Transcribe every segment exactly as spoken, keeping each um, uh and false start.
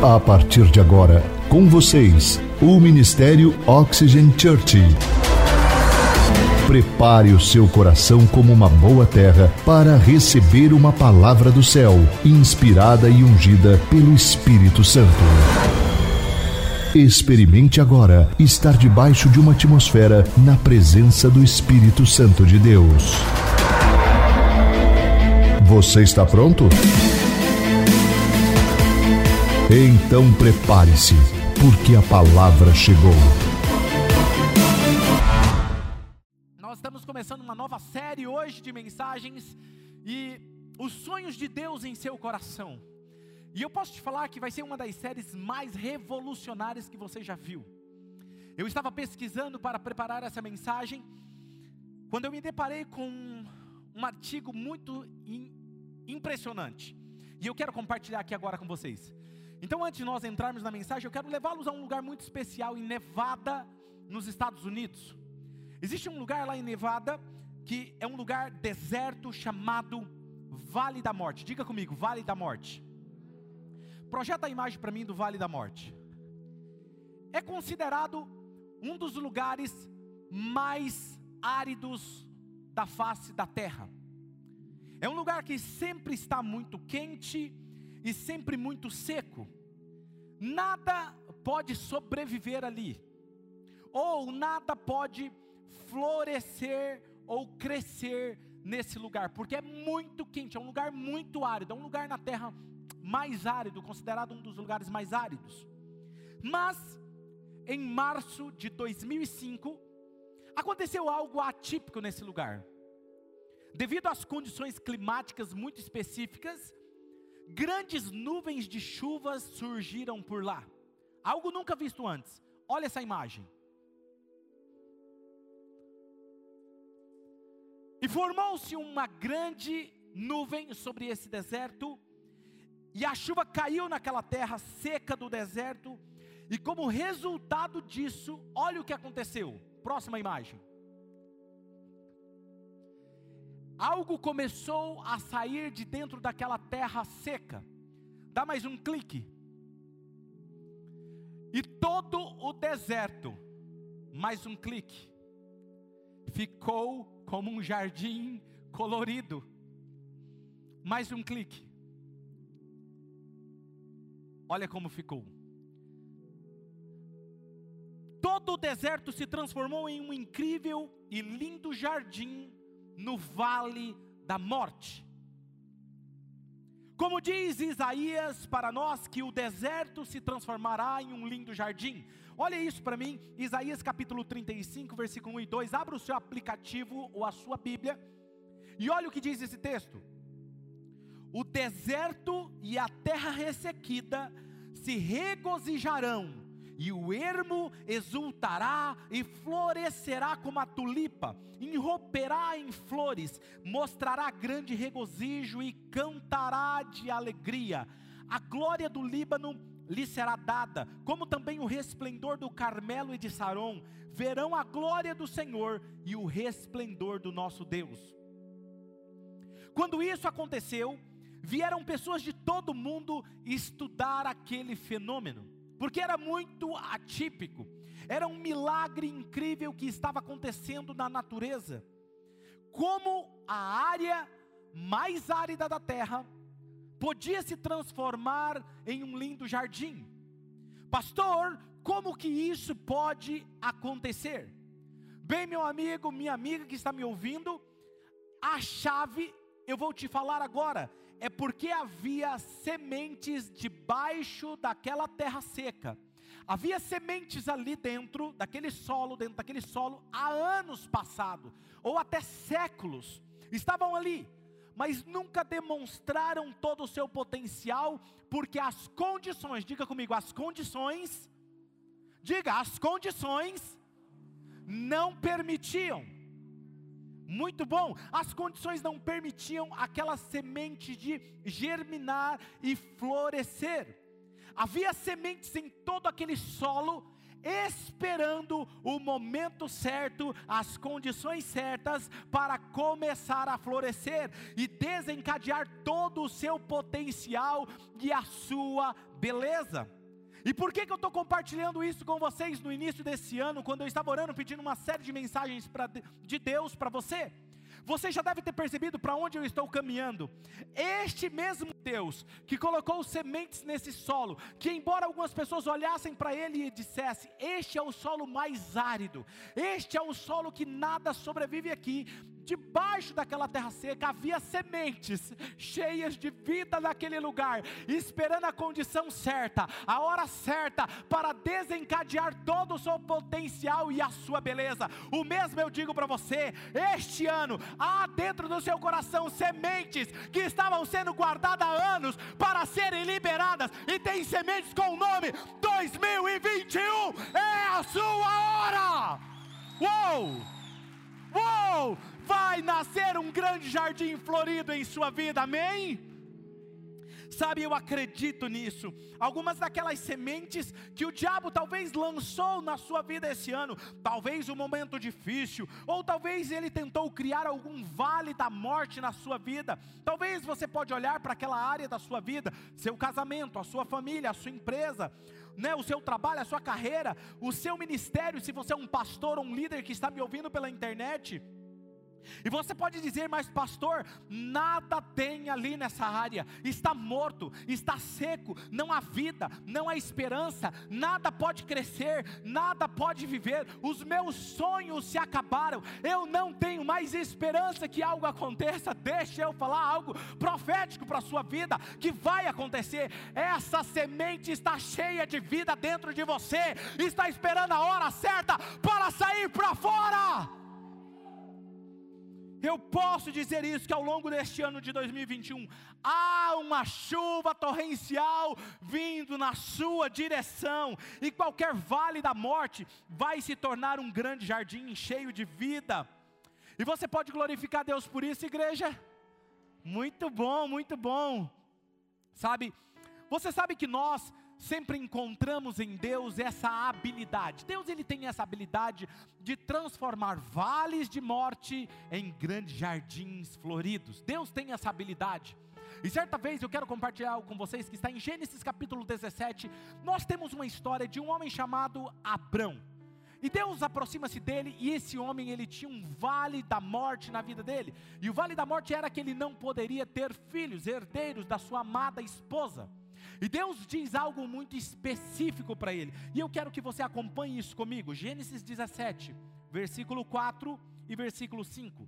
A partir de agora, com vocês, o Ministério Oxygen Church. Prepare o seu coração como uma boa terra para receber uma palavra do céu, inspirada e ungida pelo Espírito Santo. Experimente agora estar debaixo de uma atmosfera na presença do Espírito Santo de Deus. Você está pronto? Então prepare-se, porque a palavra chegou. Nós estamos começando uma nova série hoje de mensagens e os sonhos de Deus em seu coração. E eu posso te falar que vai ser uma das séries mais revolucionárias que você já viu. Eu estava pesquisando para preparar essa mensagem, quando eu me deparei com um artigo muito in, impressionante. E eu quero compartilhar aqui agora com vocês. Então, antes de nós entrarmos na mensagem, eu quero levá-los a um lugar muito especial em Nevada, nos Estados Unidos. Existe um lugar lá em Nevada, que é um lugar deserto chamado Vale da Morte. Diga comigo, Vale da Morte. Projeta a imagem para mim do Vale da Morte. É considerado um dos lugares mais áridos da face da terra. É um lugar que sempre está muito quente e sempre muito seco. Nada pode sobreviver ali, ou nada pode florescer ou crescer nesse lugar, porque é muito quente, é um lugar muito árido, é um lugar na terra mais árido, considerado um dos lugares mais áridos. Mas, em março de dois mil e cinco, aconteceu algo atípico nesse lugar. Devido às condições climáticas muito específicas, grandes nuvens de chuvas surgiram por lá. Algo nunca visto antes. Olha essa imagem. E formou-se uma grande nuvem sobre esse deserto, e a chuva caiu naquela terra seca do deserto, e como resultado disso, olha o que aconteceu. Próxima imagem. Algo começou a sair de dentro daquela terra seca. Dá mais um clique. E todo o deserto, mais um clique, ficou como um jardim colorido. Mais um clique. Olha como ficou. Todo o deserto se transformou em um incrível e lindo jardim no Vale da Morte. Como diz Isaías para nós, que o deserto se transformará em um lindo jardim. Olha isso para mim, Isaías capítulo trinta e cinco, versículo um e dois. Abra o seu aplicativo ou a sua Bíblia e olha o que diz esse texto. O deserto e a terra ressequida se regozijarão, e o ermo exultará e florescerá como a tulipa, enromperá em flores, mostrará grande regozijo e cantará de alegria. A glória do Líbano lhe será dada, como também o resplendor do Carmelo e de Saron. Verão a glória do Senhor e o resplendor do nosso Deus. Quando isso aconteceu, vieram pessoas de todo o mundo estudar aquele fenômeno, porque era muito atípico, era um milagre incrível que estava acontecendo na natureza. Como a área mais árida da terra podia se transformar em um lindo jardim. Pastor, como que isso pode acontecer? Bem, meu amigo, minha amiga que está me ouvindo, a chave, eu vou te falar agora, é porque havia sementes debaixo daquela terra seca. Havia sementes ali dentro daquele solo, dentro daquele solo, há anos passados, ou até séculos, estavam ali, mas nunca demonstraram todo o seu potencial, porque as condições, diga comigo, as condições, diga, as condições não permitiam. Muito bom, as condições não permitiam aquela semente de germinar e florescer. Havia sementes em todo aquele solo, esperando o momento certo, as condições certas para começar a florescer e desencadear todo o seu potencial e a sua beleza. E por que que eu estou compartilhando isso com vocês no início desse ano, quando eu estava orando, pedindo uma série de mensagens pra, de Deus para você? Você já deve ter percebido para onde eu estou caminhando. Este mesmo Deus que colocou sementes nesse solo, que embora algumas pessoas olhassem para ele e dissessem: este é o solo mais árido, este é o solo que nada sobrevive aqui, debaixo daquela terra seca havia sementes cheias de vida naquele lugar, esperando a condição certa, a hora certa, para desencadear todo o seu potencial e a sua beleza. O mesmo eu digo para você, este ano, há dentro do seu coração sementes que estavam sendo guardadas há anos, para serem liberadas, e tem sementes com o nome dois mil e vinte e um, é a sua hora. Uou! Uou! Vai nascer um grande jardim florido em sua vida, amém? Sabe, eu acredito nisso. Algumas daquelas sementes que o diabo talvez lançou na sua vida esse ano, talvez um momento difícil, ou talvez ele tentou criar algum vale da morte na sua vida. Talvez você pode olhar para aquela área da sua vida, seu casamento, a sua família, a sua empresa, né, o seu trabalho, a sua carreira, o seu ministério, se você é um pastor ou um líder que está me ouvindo pela internet. E você pode dizer: mas pastor, nada tem ali nessa área, está morto, está seco, não há vida, não há esperança, nada pode crescer, nada pode viver, os meus sonhos se acabaram, eu não tenho mais esperança que algo aconteça. Deixa eu falar algo profético para a sua vida, que vai acontecer. Essa semente está cheia de vida dentro de você, está esperando a hora certa para sair para fora. Eu posso dizer isso, que ao longo deste ano de dois mil e vinte e um, há uma chuva torrencial vindo na sua direção, e qualquer vale da morte vai se tornar um grande jardim cheio de vida. E você pode glorificar a Deus por isso, igreja? Muito bom, muito bom. Sabe, você sabe que nós sempre encontramos em Deus essa habilidade. Deus, ele tem essa habilidade de transformar vales de morte em grandes jardins floridos. Deus tem essa habilidade. E certa vez eu quero compartilhar algo com vocês que está em Gênesis capítulo dezessete. Nós temos uma história de um homem chamado Abrão. E Deus aproxima-se dele, e esse homem, ele tinha um vale da morte na vida dele. E o vale da morte era que ele não poderia ter filhos, herdeiros da sua amada esposa. E Deus diz algo muito específico para ele, e eu quero que você acompanhe isso comigo. Gênesis dezessete, versículo quatro e versículo cinco.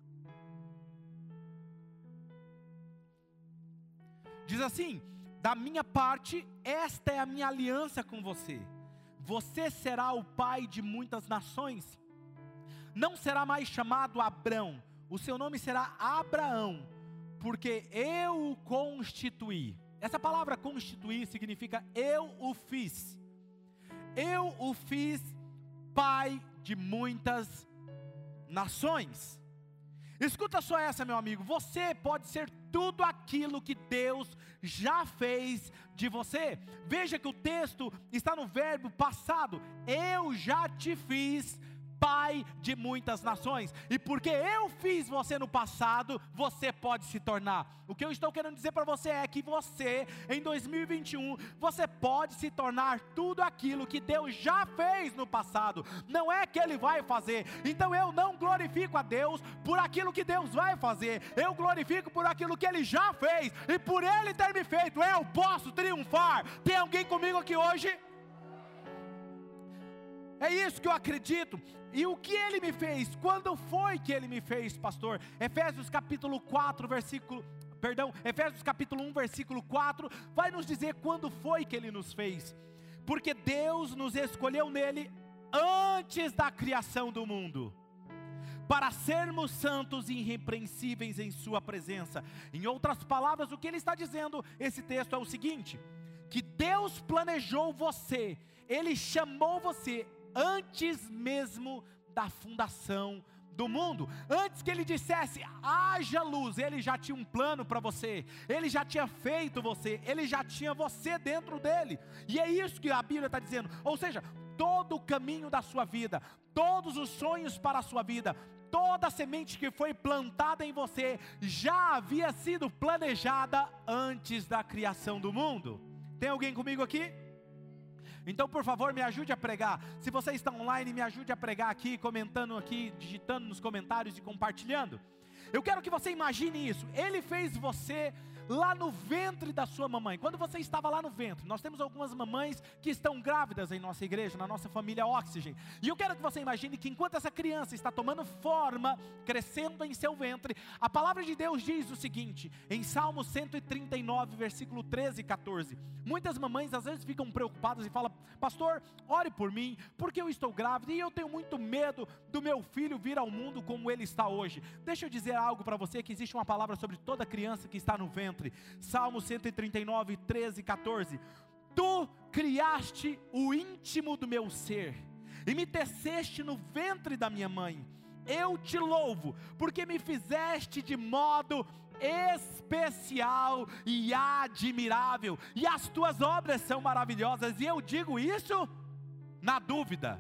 Diz assim: da minha parte, esta é a minha aliança com você. Você será o pai de muitas nações. Não será mais chamado Abrão, o seu nome será Abraão, porque eu o constituí. Essa palavra constituir significa eu o fiz. Eu o fiz pai de muitas nações. Escuta só essa, meu amigo. Você pode ser tudo aquilo que Deus já fez de você. Veja que o texto está no verbo passado. Eu já te fiz pai de muitas nações. E porque eu fiz você no passado, você pode se tornar. O que eu estou querendo dizer para você é que você, em dois mil e vinte e um, você pode se tornar tudo aquilo que Deus já fez no passado. Não é que Ele vai fazer. Então eu não glorifico a Deus por aquilo que Deus vai fazer. Eu glorifico por aquilo que Ele já fez. E por Ele ter me feito, eu posso triunfar. Tem alguém comigo aqui hoje? É isso que eu acredito. E o que Ele me fez? Quando foi que Ele me fez, pastor? Efésios capítulo quatro, versículo... Perdão, Efésios capítulo um, versículo quatro, vai nos dizer quando foi que Ele nos fez. Porque Deus nos escolheu nele antes da criação do mundo, para sermos santos e irrepreensíveis em sua presença. Em outras palavras, o que Ele está dizendo, esse texto é o seguinte: que Deus planejou você, Ele chamou você antes mesmo da fundação do mundo. Antes que Ele dissesse haja luz, Ele já tinha um plano para você, Ele já tinha feito você, Ele já tinha você dentro dele. E é isso que a Bíblia está dizendo. Ou seja, todo o caminho da sua vida, todos os sonhos para a sua vida, toda a semente que foi plantada em você, já havia sido planejada antes da criação do mundo. Tem alguém comigo aqui? Então, por favor, me ajude a pregar. Se você está online, me ajude a pregar aqui, comentando aqui, digitando nos comentários e compartilhando. Eu quero que você imagine isso. Ele fez você lá no ventre da sua mamãe. Quando você estava lá no ventre, nós temos algumas mamães que estão grávidas em nossa igreja, na nossa família Oxygen. E eu quero que você imagine que enquanto essa criança está tomando forma, crescendo em seu ventre, a palavra de Deus diz o seguinte, em Salmo cento e trinta e nove, versículo treze e quatorze. Muitas mamães às vezes ficam preocupadas e falam: pastor, ore por mim, porque eu estou grávida e eu tenho muito medo do meu filho vir ao mundo como ele está hoje. Deixa eu dizer algo para você, que existe uma palavra sobre toda criança que está no ventre. Salmo cento e trinta e nove, treze e quatorze. Tu criaste o íntimo do meu ser e me teceste no ventre da minha mãe. Eu te louvo, porque me fizeste de modo especial e admirável, e as tuas obras são maravilhosas. E eu digo isso na dúvida,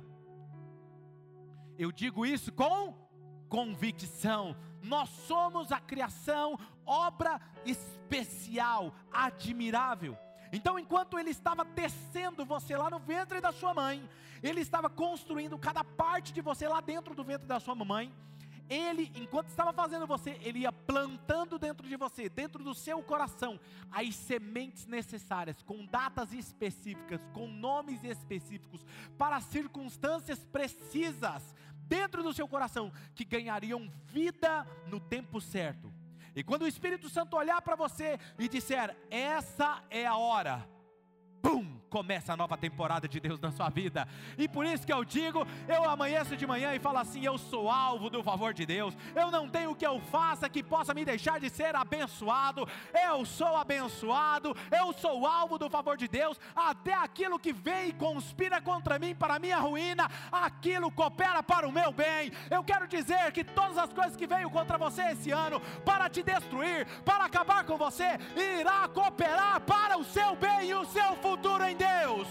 eu digo isso com convicção. Nós somos a criação, obra especial, admirável. Então, enquanto ele estava tecendo você lá no ventre da sua mãe, ele estava construindo cada parte de você lá dentro do ventre da sua mamãe. Ele, enquanto estava fazendo você, ele ia plantando dentro de você, dentro do seu coração, as sementes necessárias, com datas específicas, com nomes específicos, para circunstâncias precisas, dentro do seu coração, que ganhariam vida no tempo certo. E quando o Espírito Santo olhar para você e disser: essa é a hora, pum, começa a nova temporada de Deus na sua vida. E por isso que eu digo, eu amanheço de manhã e falo assim: eu sou alvo do favor de Deus, eu não tenho o que eu faça que possa me deixar de ser abençoado, eu sou abençoado, eu sou alvo do favor de Deus. Até aquilo que vem e conspira contra mim para a minha ruína, aquilo coopera para o meu bem. Eu quero dizer que todas as coisas que veio contra você esse ano, para te destruir, para acabar com você, irá cooperar para o seu bem e o seu futuro em Deus.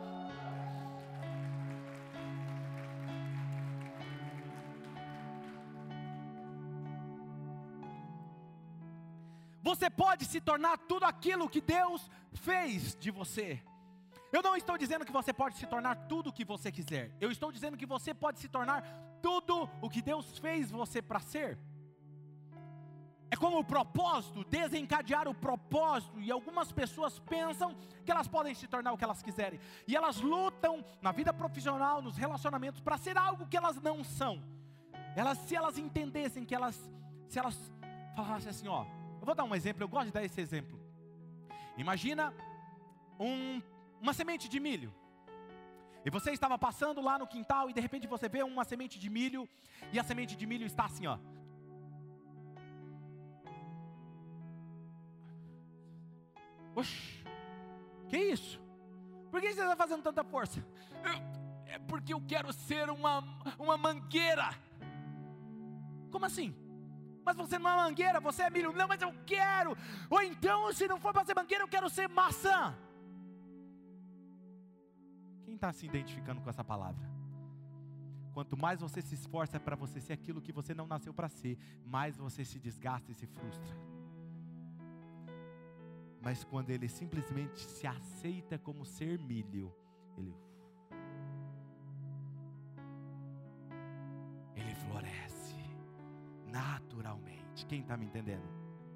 Você pode se tornar tudo aquilo que Deus fez de você. Eu não estou dizendo que você pode se tornar tudo o que você quiser. Eu estou dizendo que você pode se tornar tudo o que Deus fez você para ser. É como o propósito, desencadear o propósito. E algumas pessoas pensam que elas podem se tornar o que elas quiserem. E elas lutam na vida profissional, nos relacionamentos, para ser algo que elas não são. Elas, se elas entendessem que elas, se elas falassem assim, ó, eu vou dar um exemplo, eu gosto de dar esse exemplo. Imagina um, uma semente de milho. E você estava passando lá no quintal e de repente você vê uma semente de milho. E a semente de milho está assim, ó. Oxi, que isso? Por que você está fazendo tanta força? Eu, é porque eu quero ser uma, uma mangueira. Como assim? Mas você não é mangueira, você é milho. Não, mas eu quero. Ou então, se não for para ser mangueira, eu quero ser maçã. Quem está se identificando com essa palavra? Quanto mais você se esforça para você ser aquilo que você não nasceu para ser, mais você se desgasta e se frustra. Mas quando ele simplesmente se aceita como ser milho, ele, ele floresce naturalmente. Quem está me entendendo?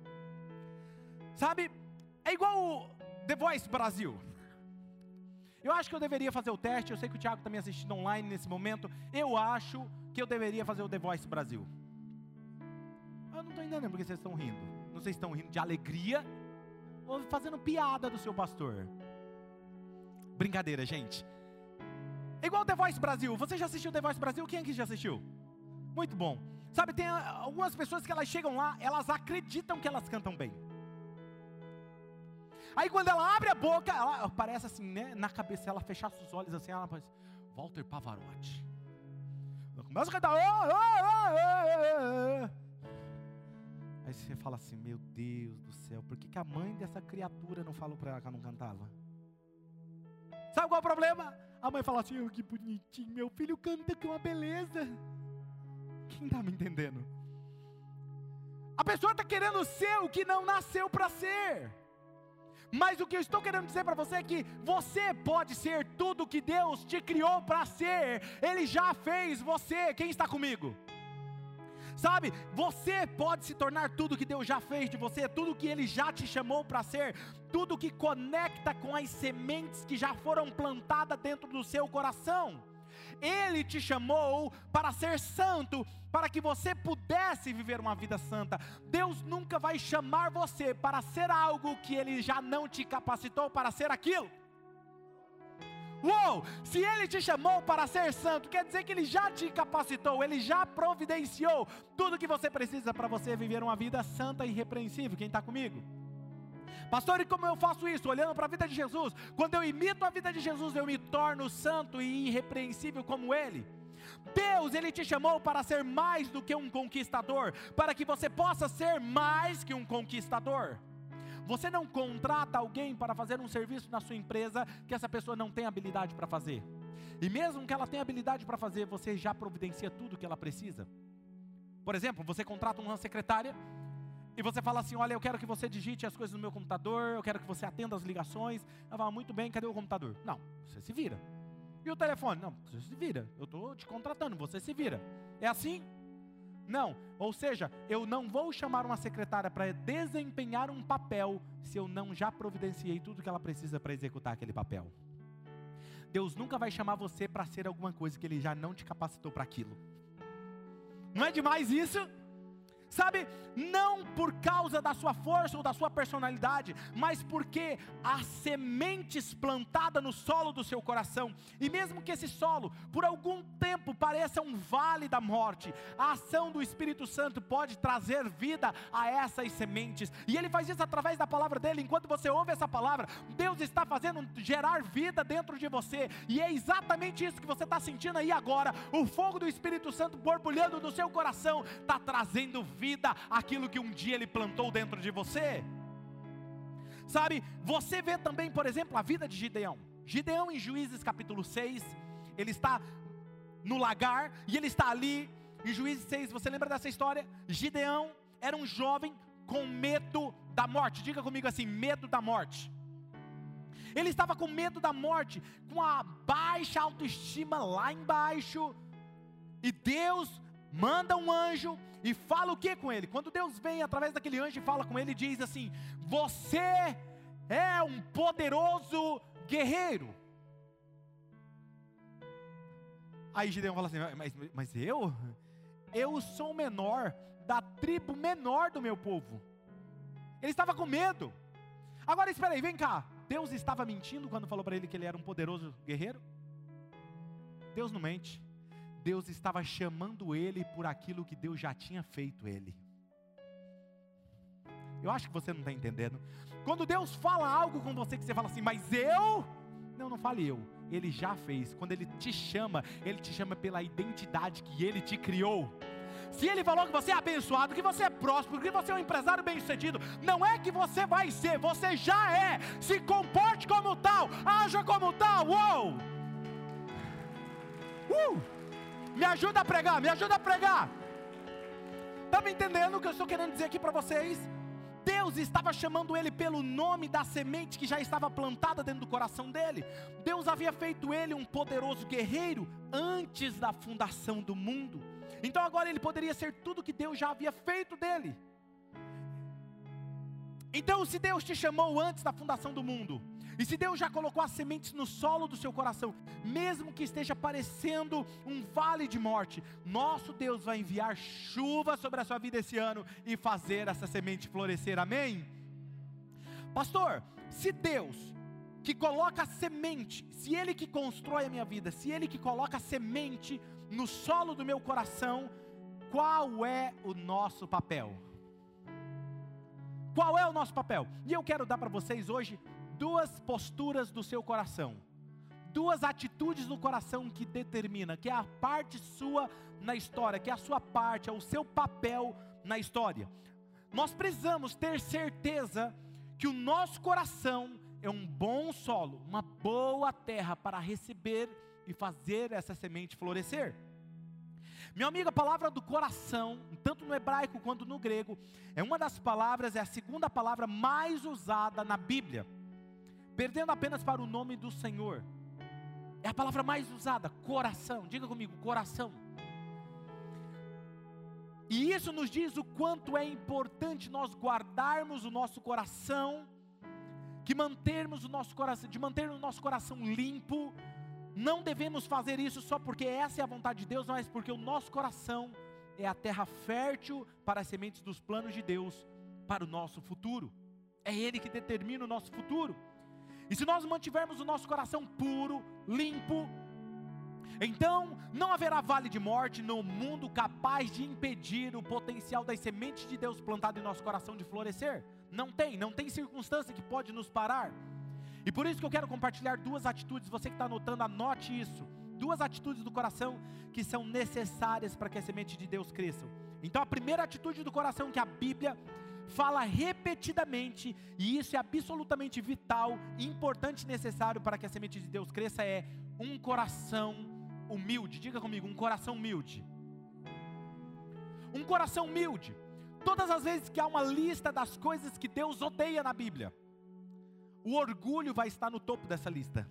Sabe, é igual o The Voice Brasil. Eu acho que eu deveria fazer o teste. Eu sei que o Thiago está me assistindo online nesse momento. Eu acho que eu deveria fazer o The Voice Brasil. Eu não estou entendendo porque vocês estão rindo. Não sei se estão rindo de alegria ou fazendo piada do seu pastor. Brincadeira, gente. É igual The Voice Brasil. Você já assistiu The Voice Brasil? Quem aqui já assistiu? Muito bom. Sabe, tem algumas pessoas que elas chegam lá, elas acreditam que elas cantam bem. Aí quando ela abre a boca, ela parece assim, né? Na cabeça, ela fechasse os olhos assim, ela parece Walter Pavarotti. Ela começa a cantar. Oh, oh, oh, oh, oh. Aí você fala assim, meu Deus do céu, por que, que a mãe dessa criatura não falou para ela que ela não cantava? Sabe qual é o problema? A mãe fala assim, oh, que bonitinho, meu filho canta com uma beleza. Quem está me entendendo? A pessoa está querendo ser o que não nasceu para ser. Mas o que eu estou querendo dizer para você é que você pode ser tudo que Deus te criou para ser. Ele já fez você. Quem está comigo? Sabe, você pode se tornar tudo que Deus já fez de você, tudo que Ele já te chamou para ser, tudo que conecta com as sementes que já foram plantadas dentro do seu coração. Ele te chamou para ser santo, para que você pudesse viver uma vida santa. Deus nunca vai chamar você para ser algo que Ele já não te capacitou para ser aquilo. Uou, se Ele te chamou para ser santo, quer dizer que Ele já te capacitou, Ele já providenciou tudo que você precisa para você viver uma vida santa e irrepreensível. Quem está comigo? Pastor, e como eu faço isso? Olhando para a vida de Jesus. Quando eu imito a vida de Jesus, eu me torno santo e irrepreensível como Ele. Deus, Ele te chamou para ser mais do que um conquistador, para que você possa ser mais que um conquistador. Você não contrata alguém para fazer um serviço na sua empresa que essa pessoa não tem habilidade para fazer. E mesmo que ela tenha habilidade para fazer, você já providencia tudo o que ela precisa. Por exemplo, você contrata uma secretária e você fala assim, olha, eu quero que você digite as coisas no meu computador, eu quero que você atenda as ligações. Ela fala, muito bem, cadê o computador? Não, você se vira. E o telefone? Não, você se vira. Eu estou te contratando, você se vira. É assim? Não, ou seja, eu não vou chamar uma secretária para desempenhar um papel se eu não já providenciei tudo que ela precisa para executar aquele papel. Deus nunca vai chamar você para ser alguma coisa que Ele já não te capacitou para aquilo. Não é demais isso? Sabe, não por causa da sua força ou da sua personalidade, mas porque há sementes plantadas no solo do seu coração. E mesmo que esse solo, por algum tempo, pareça um vale da morte, a ação do Espírito Santo pode trazer vida a essas sementes. E Ele faz isso através da palavra dEle. Enquanto você ouve essa palavra, Deus está fazendo gerar vida dentro de você. E é exatamente isso que você está sentindo aí agora. O fogo do Espírito Santo borbulhando no seu coração está trazendo vida. vida aquilo que um dia Ele plantou dentro de você. Sabe, você vê também, por exemplo, a vida de Gideão. Gideão em Juízes capítulo seis, ele está no lagar, e ele está ali, em Juízes seis, você lembra dessa história? Gideão era um jovem com medo da morte, diga comigo assim, medo da morte. Ele estava com medo da morte, com a baixa autoestima lá embaixo, e Deus manda um anjo, e fala o que com ele? Quando Deus vem através daquele anjo e fala com ele, diz assim, você é um poderoso guerreiro. Aí Gideão fala assim, mas, mas eu? Eu sou o menor da tribo menor do meu povo. Ele estava com medo. Agora espera aí, vem cá. Deus estava mentindo quando falou para ele que ele era um poderoso guerreiro? Deus não mente. Deus estava chamando ele por aquilo que Deus já tinha feito ele. Eu acho que você não está entendendo. Quando Deus fala algo com você que você fala assim, mas eu? Não, não fale eu. Ele já fez. Quando Ele te chama, Ele te chama pela identidade que Ele te criou. Se Ele falou que você é abençoado, que você é próspero, que você é um empresário bem sucedido, não é que você vai ser, você já é. Se comporte como tal, haja como tal. Uou! Uh! Me ajuda a pregar, me ajuda a pregar. Está me entendendo o que eu estou querendo dizer aqui para vocês? Deus estava chamando ele pelo nome da semente que já estava plantada dentro do coração dele. Deus havia feito ele um poderoso guerreiro antes da fundação do mundo. Então agora ele poderia ser tudo que Deus já havia feito dele. Então se Deus te chamou antes da fundação do mundo, e se Deus já colocou as sementes no solo do seu coração, mesmo que esteja parecendo um vale de morte, nosso Deus vai enviar chuva sobre a sua vida esse ano e fazer essa semente florescer, amém? Pastor, se Deus que coloca a semente, se Ele que constrói a minha vida, se Ele que coloca a semente no solo do meu coração, qual é o nosso papel? Qual é o nosso papel? E eu quero dar para vocês hoje duas posturas do seu coração, duas atitudes do coração que determina, que é a parte sua na história, que é a sua parte, é o seu papel na história. Nós precisamos ter certeza que o nosso coração é um bom solo, uma boa terra para receber e fazer essa semente florescer. Meu amigo, a palavra do coração, tanto no hebraico quanto no grego, é uma das palavras, é a segunda palavra mais usada na Bíblia, perdendo apenas para o nome do Senhor. É a palavra mais usada, coração. Diga comigo, coração. E isso nos diz o quanto é importante nós guardarmos o nosso coração, que mantermos o nosso coração, de manter o nosso coração limpo. Não devemos fazer isso só porque essa é a vontade de Deus, mas porque o nosso coração é a terra fértil para as sementes dos planos de Deus para o nosso futuro. É Ele que determina o nosso futuro. E se nós mantivermos o nosso coração puro, limpo, então não haverá vale de morte no mundo capaz de impedir o potencial das sementes de Deus plantado em nosso coração de florescer. Não tem, não tem circunstância que pode nos parar. E por isso que eu quero compartilhar duas atitudes, você que está anotando, anote isso. Duas atitudes do coração que são necessárias para que as sementes de Deus cresçam. Então a primeira atitude do coração que a Bíblia fala repetidamente, e isso é absolutamente vital, importante e necessário para que a semente de Deus cresça, é um coração humilde. Diga comigo, um coração humilde. Um coração humilde. Todas as vezes que há uma lista das coisas que Deus odeia na Bíblia, o orgulho vai estar no topo dessa lista.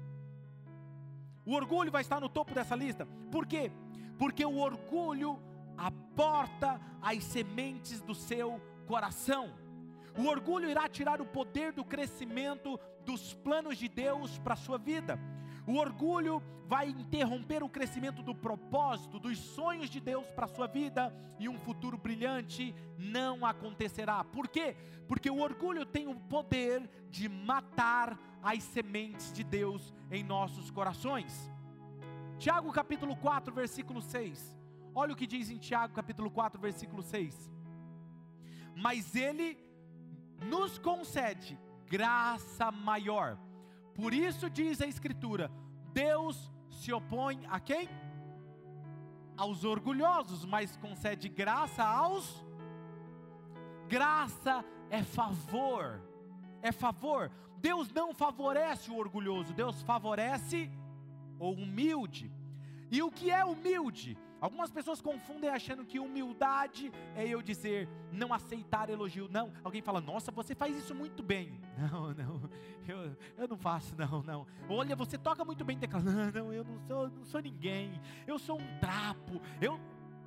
O orgulho vai estar no topo dessa lista. Por quê? Porque o orgulho aborta as sementes do seu coração. O orgulho irá tirar o poder do crescimento dos planos de Deus para a sua vida. O orgulho vai interromper o crescimento do propósito, dos sonhos de Deus para a sua vida, e um futuro brilhante não acontecerá. Por quê? Porque o orgulho tem o poder de matar as sementes de Deus em nossos corações. Tiago capítulo quatro, versículo seis. Olha o que diz em Tiago capítulo quatro, versículo seis. Mas Ele nos concede graça maior. Por isso diz a Escritura, Deus se opõe a quem? Aos orgulhosos, mas concede graça aos... Graça é favor, é favor. Deus não favorece o orgulhoso, Deus favorece o humilde. E o que é humilde? Algumas pessoas confundem achando que humildade é eu dizer, não aceitar elogio. Não, alguém fala, nossa, você faz isso muito bem. Não, não, eu, eu não faço, não, não. Olha, você toca muito bem teclado. Não, não, eu não sou, não sou ninguém. Eu sou um trapo. Eu...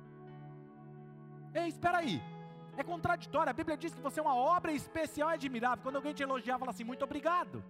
Ei, espera aí. É contraditório. A Bíblia diz que você é uma obra especial e admirável. Quando alguém te elogiar, fala assim, muito obrigado.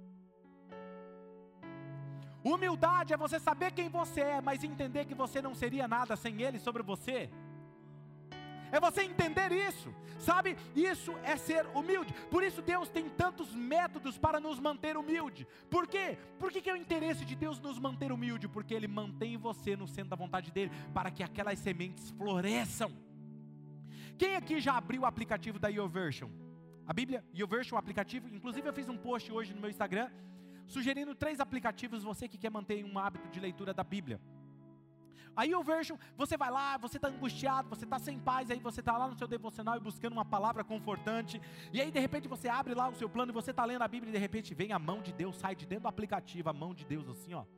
Humildade é você saber quem você é, mas entender que você não seria nada sem Ele sobre você. É você entender isso, sabe? Isso é ser humilde. Por isso Deus tem tantos métodos para nos manter humilde. Por quê? Por que que é o interesse de Deus nos manter humilde? Porque Ele mantém você no centro da vontade dEle, para que aquelas sementes floresçam. Quem aqui já abriu o aplicativo da YouVersion? A Bíblia, YouVersion, o aplicativo, inclusive eu fiz um post hoje no meu Instagram, sugerindo três aplicativos, você que quer manter um hábito de leitura da Bíblia. A YouVersion, você vai lá, você está angustiado, você está sem paz, aí você está lá no seu devocional e buscando uma palavra confortante, e aí de repente você abre lá o seu plano e você está lendo a Bíblia e de repente vem a mão de Deus, sai de dentro do aplicativo, a mão de Deus assim ó,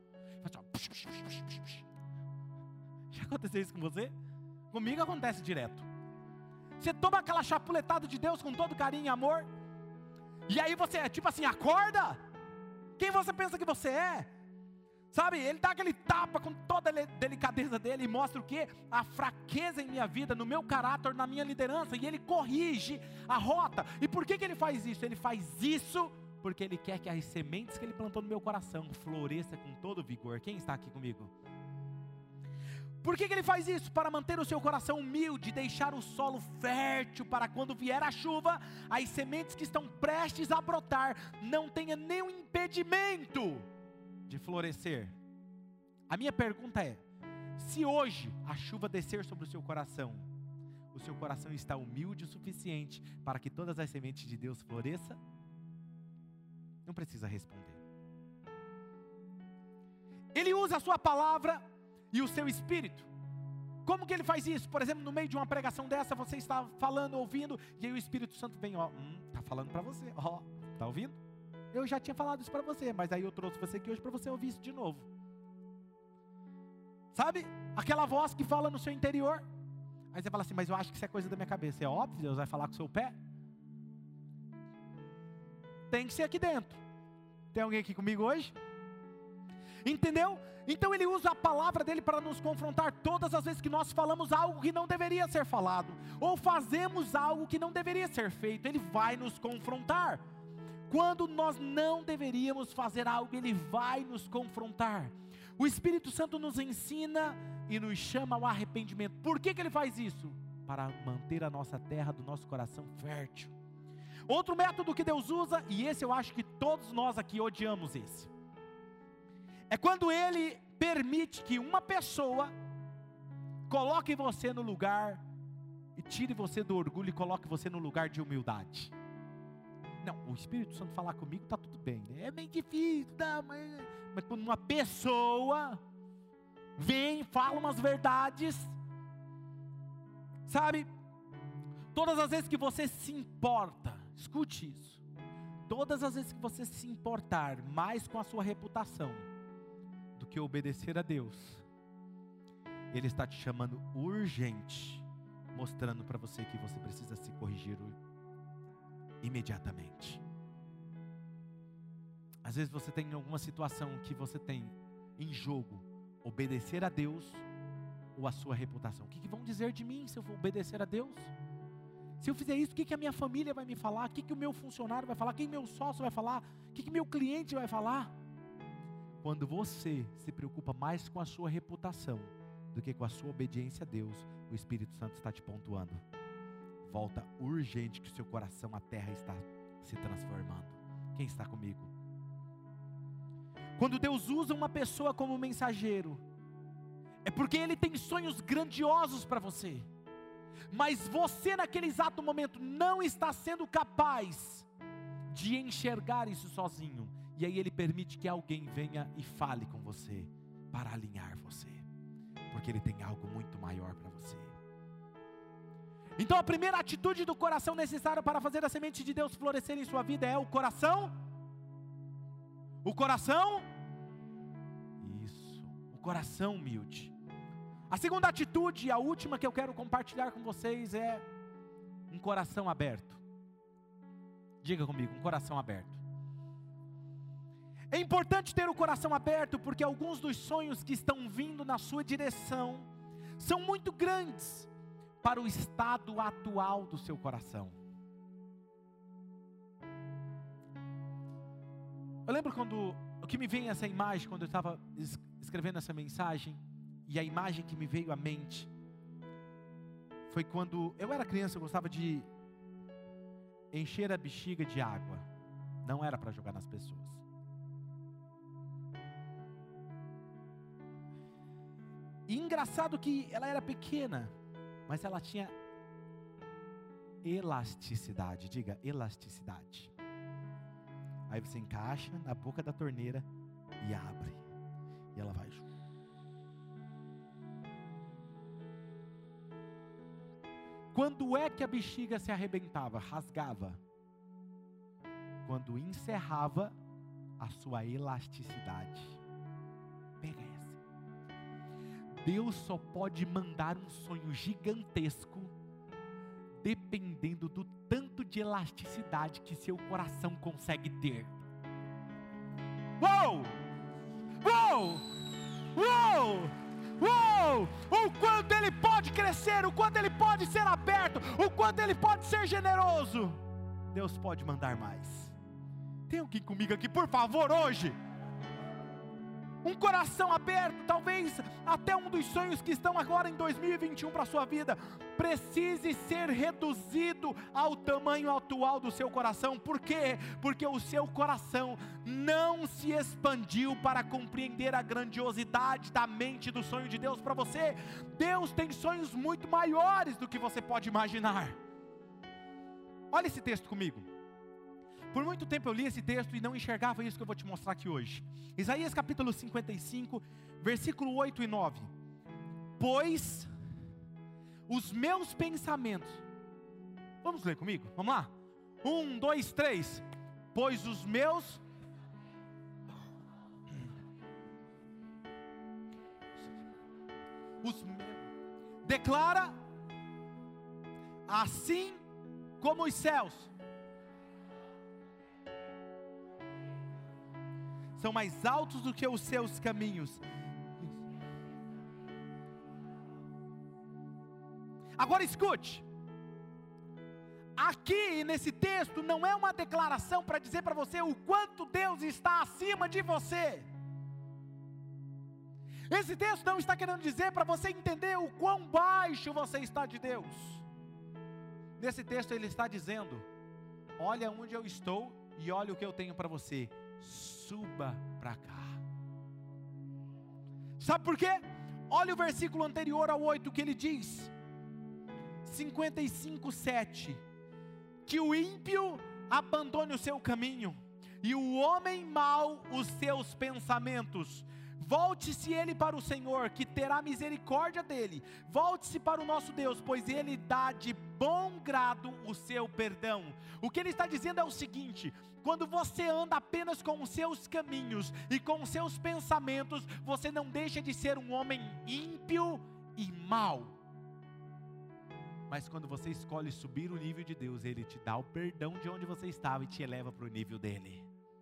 já aconteceu isso com você? Comigo acontece direto. Você toma aquela chapuletada de Deus com todo carinho e amor, e aí você tipo assim, acorda, quem você pensa que você é? Sabe, Ele dá aquele tapa com toda a delicadeza dEle e mostra o quê? A fraqueza em minha vida, no meu caráter, na minha liderança, e Ele corrige a rota. E por que que Ele faz isso? Ele faz isso porque Ele quer que as sementes que Ele plantou no meu coração floresçam com todo vigor. Quem está aqui comigo? Por que que Ele faz isso? Para manter o seu coração humilde, deixar o solo fértil, para quando vier a chuva, as sementes que estão prestes a brotar, não tenha nenhum impedimento de florescer. A minha pergunta é, se hoje a chuva descer sobre o seu coração, o seu coração está humilde o suficiente para que todas as sementes de Deus floresçam? Não precisa responder. Ele usa a sua palavra e o seu espírito. Como que Ele faz isso? Por exemplo, no meio de uma pregação dessa, você está falando, ouvindo, e aí o Espírito Santo vem, ó, hum, tá falando para você, ó, tá ouvindo? Eu já tinha falado isso para você, mas aí eu trouxe você aqui hoje para você ouvir isso de novo. Sabe? Aquela voz que fala no seu interior. Aí você fala assim, mas eu acho que isso é coisa da minha cabeça. É óbvio, Deus vai falar com o seu pé. Tem que ser aqui dentro. Tem alguém aqui comigo hoje? Entendeu? Então ele usa a palavra dele para nos confrontar todas as vezes que nós falamos algo que não deveria ser falado, ou fazemos algo que não deveria ser feito. Ele vai nos confrontar. Quando nós não deveríamos fazer algo, ele vai nos confrontar. O Espírito Santo nos ensina e nos chama ao arrependimento. Por que que ele faz isso? Para manter a nossa terra do nosso coração fértil. Outro método que Deus usa, e esse eu acho que todos nós aqui odiamos esse, é quando ele permite que uma pessoa coloque você no lugar e tire você do orgulho e coloque você no lugar de humildade. Não, o Espírito Santo falar comigo está tudo bem, né? É bem difícil, tá? mas, mas quando uma pessoa vem, fala umas verdades, sabe? Todas as vezes que você se importa, escute isso, todas as vezes que você se importar mais com a sua reputação do que obedecer a Deus, Ele está te chamando urgente, mostrando para você que você precisa se corrigir imediatamente. Às vezes você tem alguma situação que você tem em jogo, obedecer a Deus ou a sua reputação. O que, que vão dizer de mim se eu for obedecer a Deus? Se eu fizer isso, o que, que a minha família vai me falar? O que, que o meu funcionário vai falar? O que, que meu sócio vai falar? O que, que meu cliente vai falar? Quando você se preocupa mais com a sua reputação do que com a sua obediência a Deus, o Espírito Santo está te pontuando. Volta urgente que o seu coração, a terra está se transformando. Quem está comigo? Quando Deus usa uma pessoa como mensageiro, é porque Ele tem sonhos grandiosos para você. Mas você naquele exato momento não está sendo capaz de enxergar isso sozinho. E aí Ele permite que alguém venha e fale com você para alinhar você. Porque Ele tem algo muito maior para você. Então a primeira atitude do coração necessária para fazer a semente de Deus florescer em sua vida é o coração. O coração. Isso. O coração humilde. A segunda atitude, e a última que eu quero compartilhar com vocês é um coração aberto. Diga comigo, um coração aberto. É importante ter o coração aberto porque alguns dos sonhos que estão vindo na sua direção são muito grandes para o estado atual do seu coração. Eu lembro quando, o que me veio essa imagem, quando eu estava escrevendo essa mensagem, e a imagem que me veio à mente, foi quando eu era criança, eu gostava de encher a bexiga de água, não era para jogar nas pessoas. E engraçado que ela era pequena, mas ela tinha elasticidade, diga elasticidade. Aí você encaixa na boca da torneira e abre, e ela vai. Quando é que a bexiga se arrebentava, rasgava? Quando encerrava a sua elasticidade. Pega essa. Deus só pode mandar um sonho gigantesco dependendo do tanto de elasticidade que seu coração consegue ter. Uou! Uou! Uou! Uou! O quanto ele pode crescer, o quanto ele pode ser aberto, o quanto ele pode ser generoso. Deus pode mandar mais. Tem alguém comigo aqui, por favor, hoje? Um coração aberto, talvez até um dos sonhos que estão agora em dois mil e vinte e um para a sua vida, precise ser reduzido ao tamanho atual do seu coração. Por quê? Porque o seu coração não se expandiu para compreender a grandiosidade da mente do sonho de Deus para você. Deus tem sonhos muito maiores do que você pode imaginar. Olha esse texto comigo. Por muito tempo eu li esse texto e não enxergava isso que eu vou te mostrar aqui hoje. Isaías capítulo cinquenta e cinco, versículo oito e nove. Pois os meus pensamentos... Vamos ler comigo? Vamos lá? Um, dois, três. Pois os meus os declara, assim como os céus são mais altos do que os seus caminhos. Agora escute, aqui nesse texto não é uma declaração para dizer para você o quanto Deus está acima de você. Esse texto não está querendo dizer para você entender o quão baixo você está de Deus. Nesse texto ele está dizendo: olha onde eu estou e olha o que eu tenho para você, suba para cá. Sabe por quê? Olha o versículo anterior ao oito que ele diz, cinquenta e cinco, sete, que o ímpio abandone o seu caminho, e o homem mau os seus pensamentos. Volte-se ele para o Senhor, que terá misericórdia dele. Volte-se para o nosso Deus, pois ele dá de bom grado o seu perdão. O que ele está dizendo é o seguinte: quando você anda apenas com os seus caminhos e com os seus pensamentos, você não deixa de ser um homem ímpio e mau. Mas quando você escolhe subir o nível de Deus, Ele te dá o perdão de onde você estava e te eleva para o nível dEle.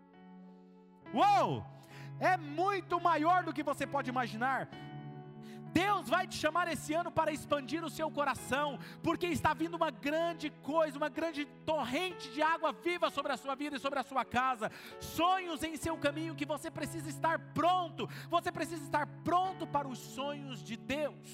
Uou! É muito maior do que você pode imaginar. Deus vai te chamar esse ano para expandir o seu coração, porque está vindo uma grande coisa, uma grande torrente de água viva sobre a sua vida e sobre a sua casa. Sonhos em seu caminho que você precisa estar pronto. Você precisa estar pronto para os sonhos de Deus.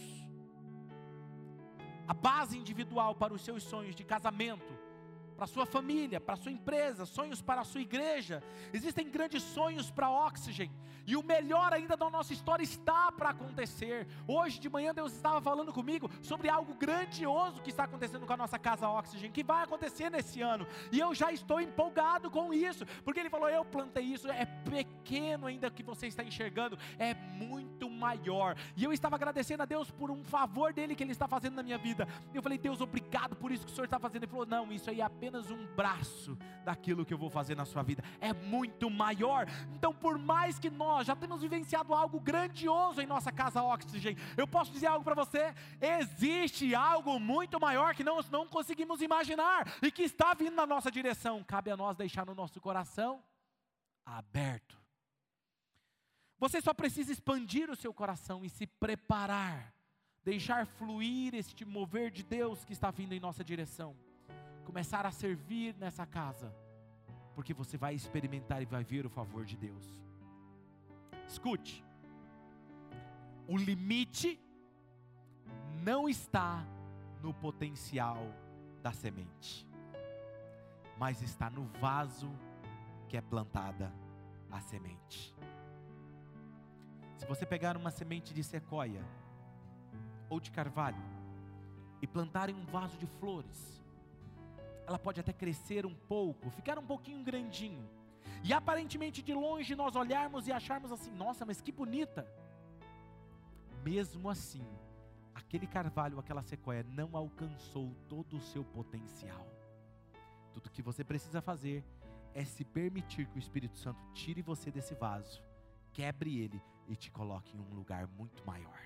A base individual para os seus sonhos de casamento, para a sua família, para a sua empresa, sonhos para a sua igreja. Existem grandes sonhos para a Oxygen, e o melhor ainda da nossa história está para acontecer. Hoje de manhã Deus estava falando comigo sobre algo grandioso que está acontecendo com a nossa casa Oxygen, que vai acontecer nesse ano, e eu já estou empolgado com isso, porque Ele falou: eu plantei isso, é pequeno ainda que você está enxergando, é muito maior. E eu estava agradecendo a Deus por um favor dEle que Ele está fazendo na minha vida. Eu falei: Deus, obrigado por isso que o Senhor está fazendo. Ele falou: não, isso aí é apenas um braço daquilo que eu vou fazer na sua vida, é muito maior. Então, por mais que nós já temos vivenciado algo grandioso em nossa casa Oxygen, eu posso dizer algo para você: existe algo muito maior que nós não conseguimos imaginar e que está vindo na nossa direção. Cabe a nós deixar no nosso coração aberto. Você só precisa expandir o seu coração e se preparar, deixar fluir este mover de Deus que está vindo em nossa direção, começar a servir nessa casa, porque você vai experimentar e vai ver o favor de Deus. Escute, o limite não está no potencial da semente, mas está no vaso que é plantada a semente. Se você pegar uma semente de sequoia ou de carvalho e plantar em um vaso de flores, ela pode até crescer um pouco, ficar um pouquinho grandinho, e aparentemente de longe nós olharmos e acharmos assim: nossa, mas que bonita. Mesmo assim, aquele carvalho, aquela sequoia não alcançou todo o seu potencial. Tudo que você precisa fazer é se permitir que o Espírito Santo tire você desse vaso, quebre ele e te coloque em um lugar muito maior.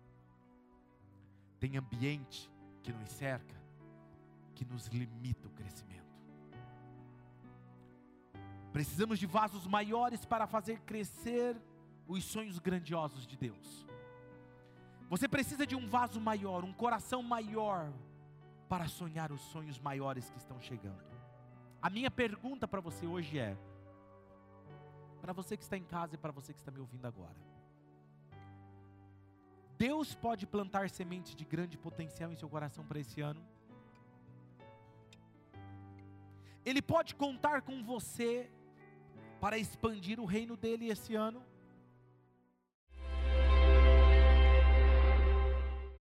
Tem ambiente que nos cerca, que nos limita o crescimento. Precisamos de vasos maiores para fazer crescer os sonhos grandiosos de Deus. Você precisa de um vaso maior, um coração maior, para sonhar os sonhos maiores que estão chegando. A minha pergunta para você hoje é, para você que está em casa e para você que está me ouvindo agora: Deus pode plantar sementes de grande potencial em seu coração para esse ano? Ele pode contar com você para expandir o reino dele esse ano?